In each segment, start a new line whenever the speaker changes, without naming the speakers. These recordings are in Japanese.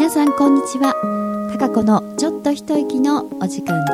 皆さんこんにちは。かかこのちょっと一息のお時間です。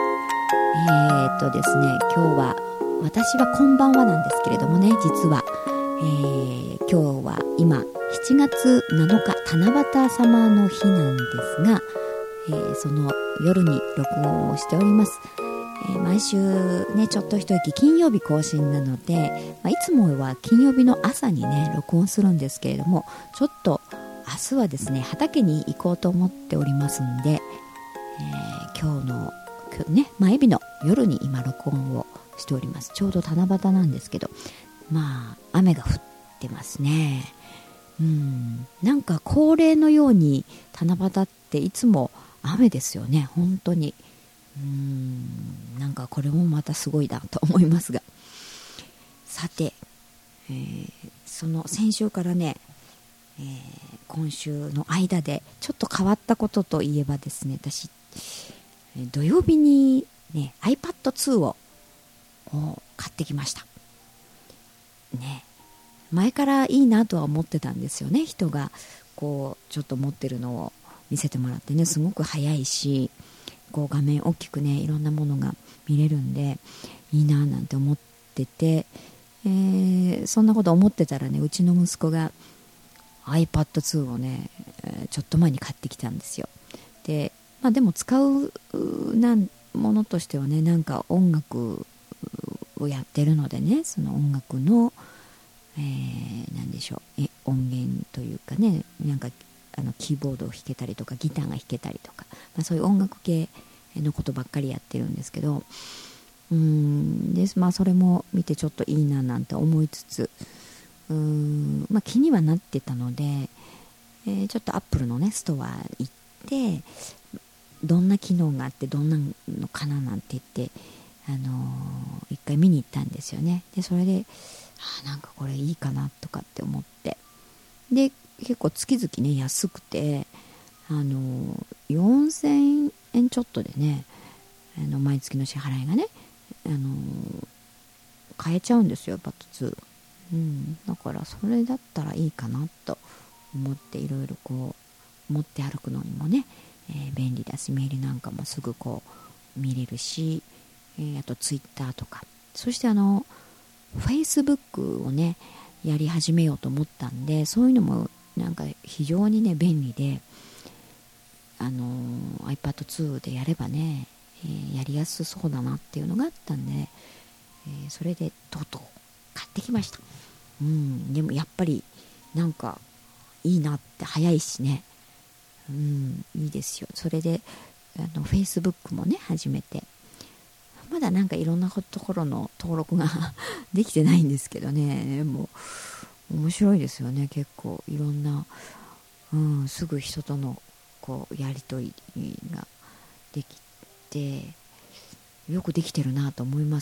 ですね、今日は私はこんばんはなんですけれどもね、実は、今日は今7月7日七夕様の日なんですが、その夜に録音をしております。毎週ね、ちょっと一息金曜日更新なので、いつもは金曜日の朝にね録音するんですけれども、ちょっと明日はですね畑に行こうと思っておりますんで、今日のね前日の夜に今録音をしております。ちょうど七夕なんですけど、雨が降ってますね。なんか恒例のように七夕っていつも雨ですよね、本当に。なんかこれもまたすごいなと思いますが、さて、その先週からね、今週の間でちょっと変わったことといえばですね、私土曜日に、ね、iPad2 を買ってきましたね。前からいいなとは思ってたんですよね。人がこうちょっと持ってるのを見せてもらってね、すごく早いし、こう画面大きくねいろんなものが見れるんでいいななんて思ってて、そんなこと思ってたらね、うちの息子が iPad2 をね、ちょっと前に買ってきたんですよ。で、でも使うものとしてはね、なんか音楽をやってるのでね、その音楽の、なんでしょう、音源というかね、なんかキーボードを弾けたりとかギターが弾けたりとか、そういう音楽系のことばっかりやってるんですけど、それも見てちょっといいななんて思いつつ、気にはなってたので、ちょっとアップルのねストア行ってどんな機能があってどんなのかななんて言って、一回見に行ったんですよね。でそれでなんかこれいいかなとかって思って、で結構月々ね安くて、4000円ちょっとでね、毎月の支払いがね、買えちゃうんですよ、バット2。だからそれだったらいいかなと思って、いろいろこう持って歩くのにもね、便利だし、メールなんかもすぐこう見れるし、あとツイッターとか、そしてフェイスブックをねやり始めようと思ったんで、そういうのもなんか非常にね便利で、iPad2 でやればね、やりやすそうだなっていうのがあったんで、それでとうとう買ってきました。でもやっぱりなんかいいなって、早いしね、いいですよ。それでFacebook もね始めて、まだなんかいろんなところの登録ができてないんですけどね、でも面白いですよね。結構いろんな、すぐ人とのこうやり取りができてよくできてるなと思います。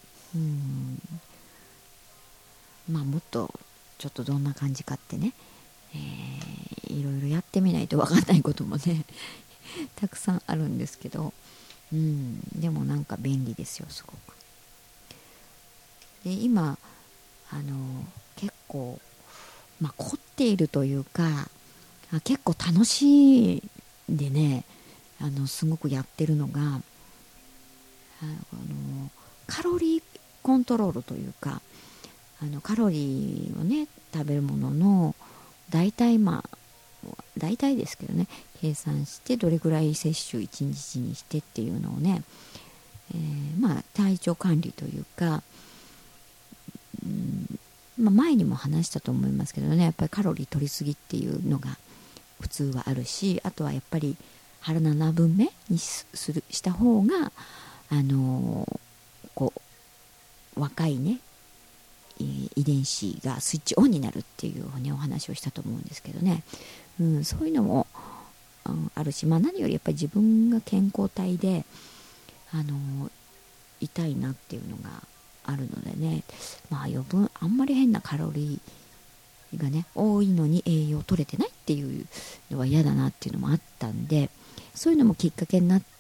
もっとちょっとどんな感じかってね、いろいろやってみないと分かんないこともねたくさんあるんですけど、でもなんか便利ですよ、すごく。で今結構凝っているというか、結構楽しいんでね、すごくやってるのがカロリーコントロールというか、カロリーをね食べるものの大体ですけどね、計算してどれぐらい摂取1日にしてっていうのをね、体調管理というか、前にも話したと思いますけどね、やっぱりカロリー取りすぎっていうのが普通はあるし、あとはやっぱり腹7分目にした方がこう若いね遺伝子がスイッチオンになるっていう、ね、お話をしたと思うんですけどね、そういうのも、あるし、何よりやっぱり自分が健康体でいたいなっていうのがあるのでね、余分あんまり変なカロリーがね多いのに栄養取れてないっていうのは嫌だなっていうのもあったんで、そういうのもきっかけになって、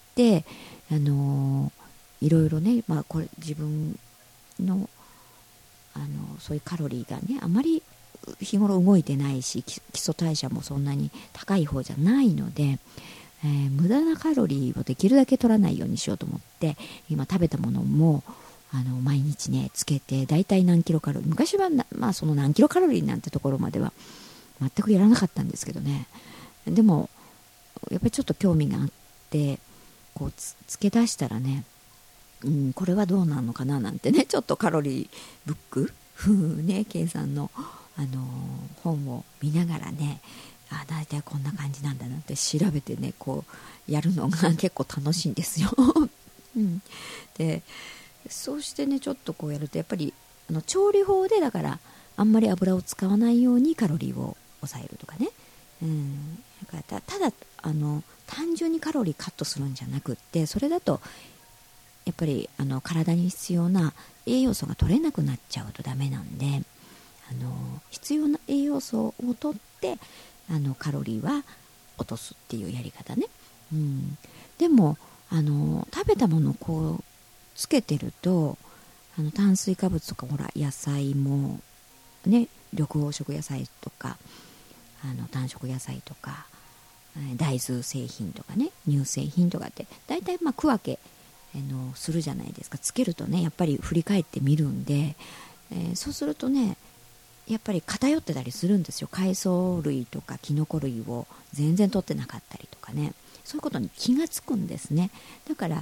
いろいろね、これ自分のそういうカロリーがねあまり日頃動いてないし基礎代謝もそんなに高い方じゃないので、無駄なカロリーをできるだけ取らないようにしようと思って、今食べたものも毎日ねつけて、だいたい何キロカロリー、昔はその何キロカロリーなんてところまでは全くやらなかったんですけどね。でもやっぱりちょっと興味があって、こうつけ出したらね、これはどうなのかななんてね、ちょっとカロリーブックね、計算の、本を見ながらね、だいたいこんな感じなんだなって調べてね、こうやるのが結構楽しいんですよ、でそうしてね、ちょっとこうやるとやっぱり調理法で、だからあんまり油を使わないようにカロリーを抑えるとかね、だからただ単純にカロリーカットするんじゃなくって、それだとやっぱり体に必要な栄養素が取れなくなっちゃうとダメなんで、必要な栄養素を取ってカロリーは落とすっていうやり方ね、でも食べたものをこうつけてると炭水化物とか、ほら野菜もね、緑黄色野菜とか単色野菜とか大豆製品とかね、乳製品とかってだいたい区分けするじゃないですか。つけるとね、やっぱり振り返ってみるんで、そうするとね、やっぱり偏ってたりするんですよ。海藻類とかキノコ類を全然取ってなかったりとかね、そういうことに気がつくんですね。だから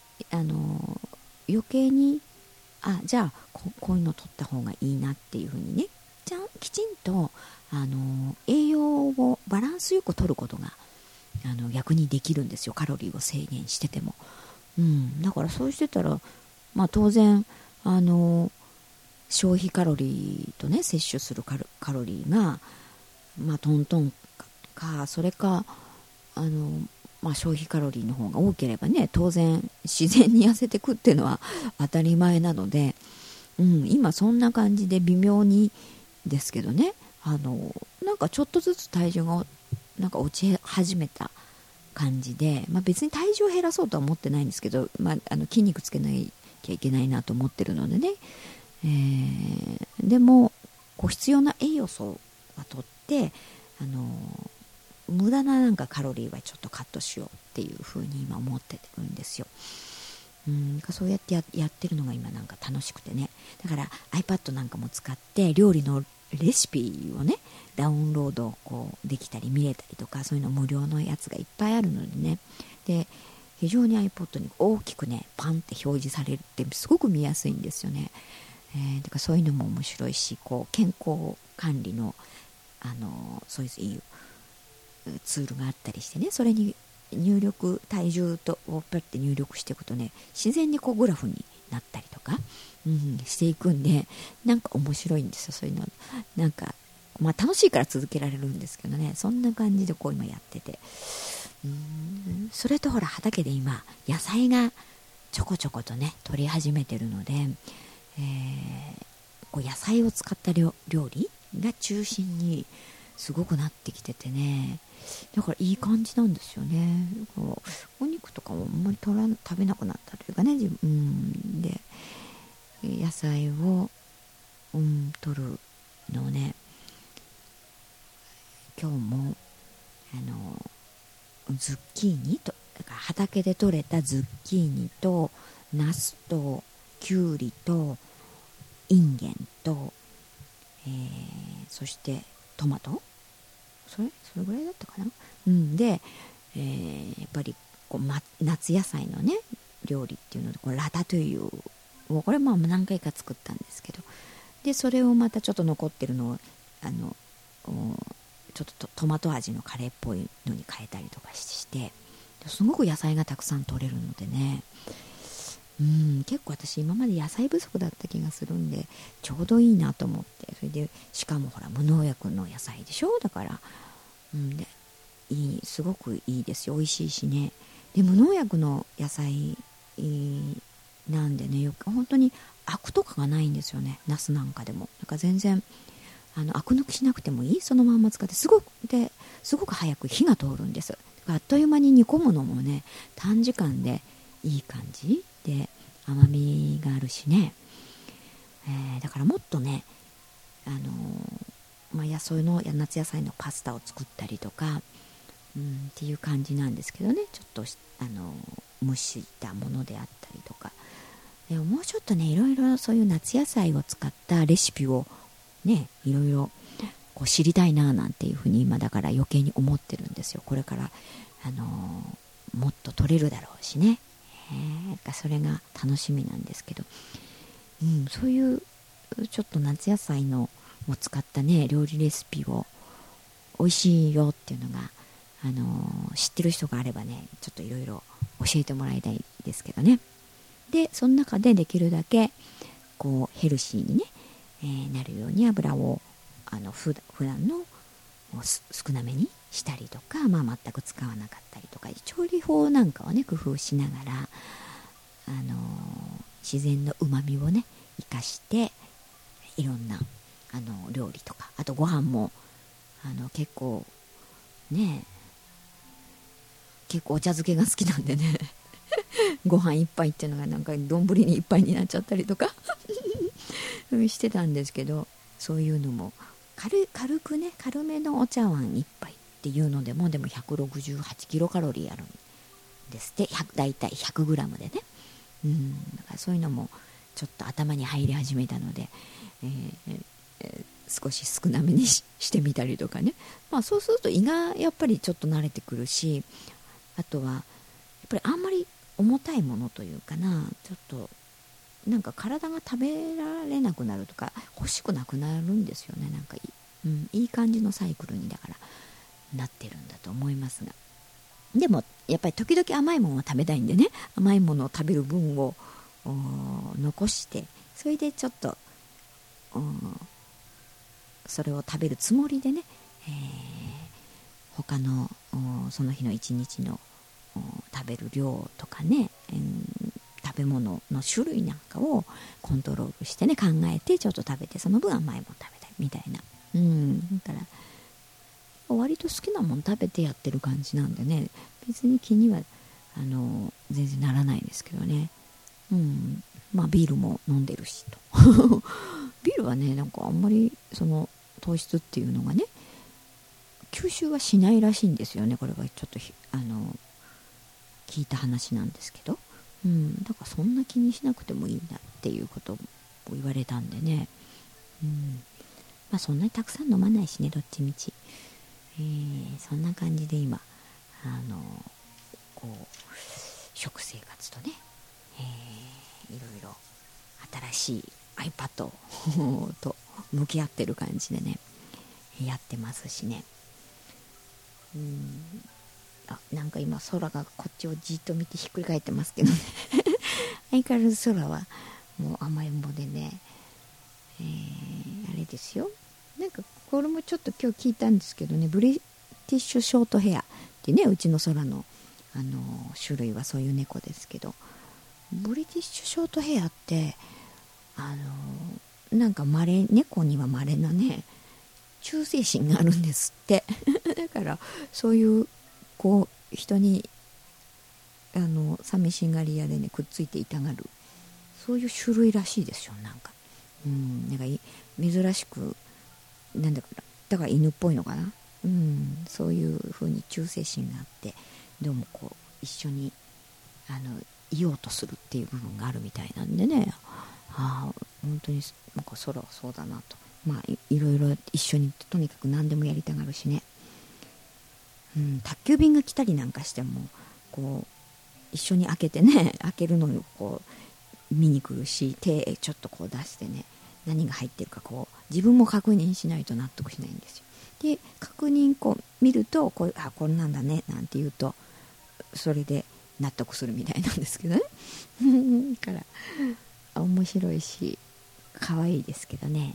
余計にじゃあこういうの取った方がいいなっていうふうにね、きちんと栄養をバランスよく取ることが逆にできるんですよ。カロリーを制限してても、だからそうしてたら、当然消費カロリーとね、摂取するカロリーが、トントンか、それか消費カロリーの方が多ければね、当然自然に痩せてくっていうのは当たり前なので、今そんな感じで微妙にですけどね、なんかちょっとずつ体重がなんか落ち始めた感じで、別に体重を減らそうとは思ってないんですけど、筋肉つけなきゃいけないなと思ってるのでね、でもこう必要な栄養素はとって無駄ななんかカロリーはちょっとカットしようっていう風に今思ってるんですよ。そうやってやってるのが今なんか楽しくてね。だから iPad なんかも使って料理のレシピをねダウンロードこうできたり見れたりとか、そういうの無料のやつがいっぱいあるのでね、で非常に iPod に大きくねパンって表示されるってすごく見やすいんですよね。だからそういうのも面白いし、こう健康管理のそういうツールがあったりしてね、それに入力体重とをパッて入力していくとね、自然にこうグラフになったりとか、していくんで、なんか面白いんですよ。そういうのなんか楽しいから続けられるんですけどね、そんな感じでこう今やってて、それとほら畑で今野菜がちょこちょことね取り始めてるので、こう野菜を使った料理が中心にすごくなってきててね、だからいい感じなんですよね。お肉とかもあんまり食べなくなったというかね、で野菜を、取るのをね、今日もズッキーニと、だから畑で採れたズッキーニとナスとキュウリとインゲンと、そしてトマト、それぐらいだったかな。で、やっぱりこう、夏野菜のね料理っていうので、これラタトゥイユをこれ何回か作ったんですけど、でそれをまたちょっと残ってるのをちょっとトマト味のカレーっぽいのに変えたりとかして、すごく野菜がたくさん取れるのでね、結構私今まで野菜不足だった気がするんで、ちょうどいいなと思って、それでしかもほら無農薬の野菜でしょ、だから、すごくいいですよ、美味しいしね。で無農薬の野菜なんでね、本当にアクとかがないんですよね。ナスなんかでもなんか全然アク抜きしなくてもいい、そのまんま使ってすごく早く火が通るんです。あっという間に煮込むのもね短時間でいい感じで甘みがあるしね、だからもっとね野菜の夏野菜のパスタを作ったりとか、っていう感じなんですけどね。ちょっと蒸したものであったりとか、でももうちょっとね、いろいろそういう夏野菜を使ったレシピをね、いろいろこう知りたいななんていうふうに今だから余計に思ってるんですよ。これからもっと取れるだろうしね、それが楽しみなんですけど、そういうちょっと夏野菜のを使ったね料理レシピを美味しいよっていうのが、知ってる人があればね、ちょっといろいろ教えてもらいたいですけどね。でその中でできるだけこうヘルシーにね、なるように油を普段の少なめにしたりとか、全く使わなかったりとか、調理法なんかをね工夫しながら、自然のうまみをね生かしていろんな料理とか、あとご飯も結構お茶漬けが好きなんでねご飯一杯っていうのがなんか丼に一杯になっちゃったりとかしてたんですけど、そういうのも軽くね、軽めのお茶碗一杯っていうのでも168キロカロリーあるんですって。だいたい100グラムでね。だからそういうのもちょっと頭に入り始めたので、少し少なめにしてみたりとかね。そうすると胃がやっぱりちょっと慣れてくるし、あとはやっぱりあんまり重たいものというかな、ちょっとなんか体が食べられなくなるとか欲しくなくなるんですよね。なんかいい感じのサイクルにだからなってるんだと思いますが、でもやっぱり時々甘いものを食べたいんでね、甘いものを食べる分を残して、それでちょっとそれを食べるつもりでね、他のその日の一日の食べる量とかね、食べ物の種類なんかをコントロールしてね、考えてちょっと食べて、その分甘いもの食べたいみたいな、だから割と好きなもの食べてやってる感じなんでね、別に気には全然ならないですけどね。ビールも飲んでるしとビールはね、なんかあんまりその糖質っていうのがね吸収はしないらしいんですよね。これはちょっと聞いた話なんですけど、だからそんな気にしなくてもいいんだっていうことを言われたんでね、そんなにたくさん飲まないしね、どっちみち、そんな感じで今こう食生活とね、いろいろ新しい iPad と向き合ってる感じでねやってますしね。なんか今空がこっちをじっと見てひっくり返ってますけどね相変わらず空はもう甘えん坊でね、あれですよ。なんかこれもちょっと今日聞いたんですけどね、ブリティッシュショートヘアってね、うちの空の種類はそういう猫ですけど、ブリティッシュショートヘアってなんか猫には稀なね忠誠心があるんですってだからそういうこう人に寂しがり屋でねくっついていたがる、そういう種類らしいですよ。なんか珍しくなんだだから犬っぽいのかな、そういう風に忠誠心があって、でもこう一緒にいようとするっていう部分があるみたいなんでね、本当になんか空はそうだなと。いろいろ一緒にとにかく何でもやりたがるしね、宅急便が来たりなんかしてもこう一緒に開けてね、開けるのをこう見に来るし、手ちょっとこう出してね、何が入ってるかこう自分も確認しないと納得しないんですよ。で確認こう見るとこんなんだねなんて言うとそれで納得するみたいなんですけどねだから面白いし可愛いですけどね、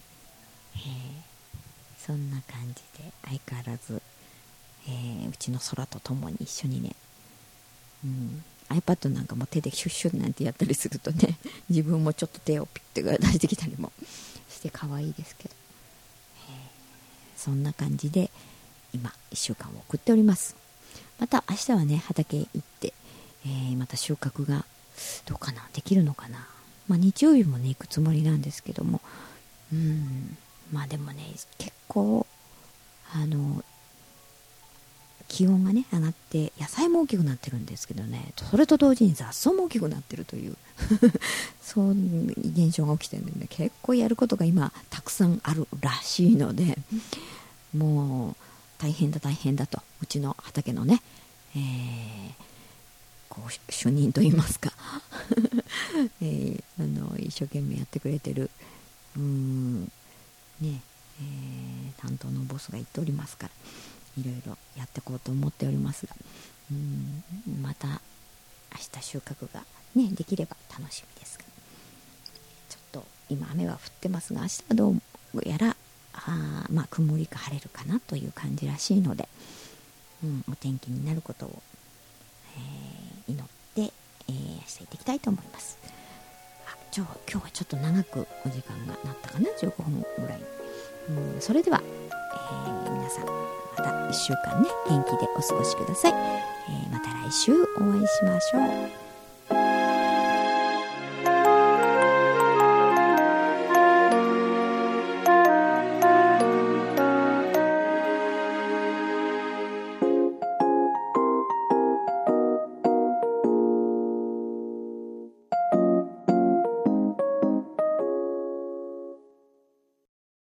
そんな感じで相変わらず、うちの空とともに一緒にね、iPad なんかも手でシュッシュッなんてやったりするとね自分もちょっと手をピッて出してきたりもして可愛いですけど、そんな感じで今1週間を送っております。また明日はね畑行って、また収穫がどうかな、できるのかな。日曜日もね行くつもりなんですけども、でもね結こう気温がね上がって野菜も大きくなってるんですけどね、それと同時に雑草も大きくなってるというそういう現象が起きてるんでね、結構やることが今たくさんあるらしいので、もう大変だと、うちの畑のね、こう主任といいますか、一生懸命やってくれてる担当のボスが言っておりますから、いろいろやっていこうと思っておりますが、また明日収穫が、ね、できれば楽しみですが、ちょっと今雨は降ってますが、明日はどうやら曇りか晴れるかなという感じらしいので、お天気になることを、祈って、明日行っていきたいと思います。今日はちょっと長くお時間がなったかな、15分ぐらい。それでは、皆さんまた1週間ね元気でお過ごしください。また来週お会いしましょう。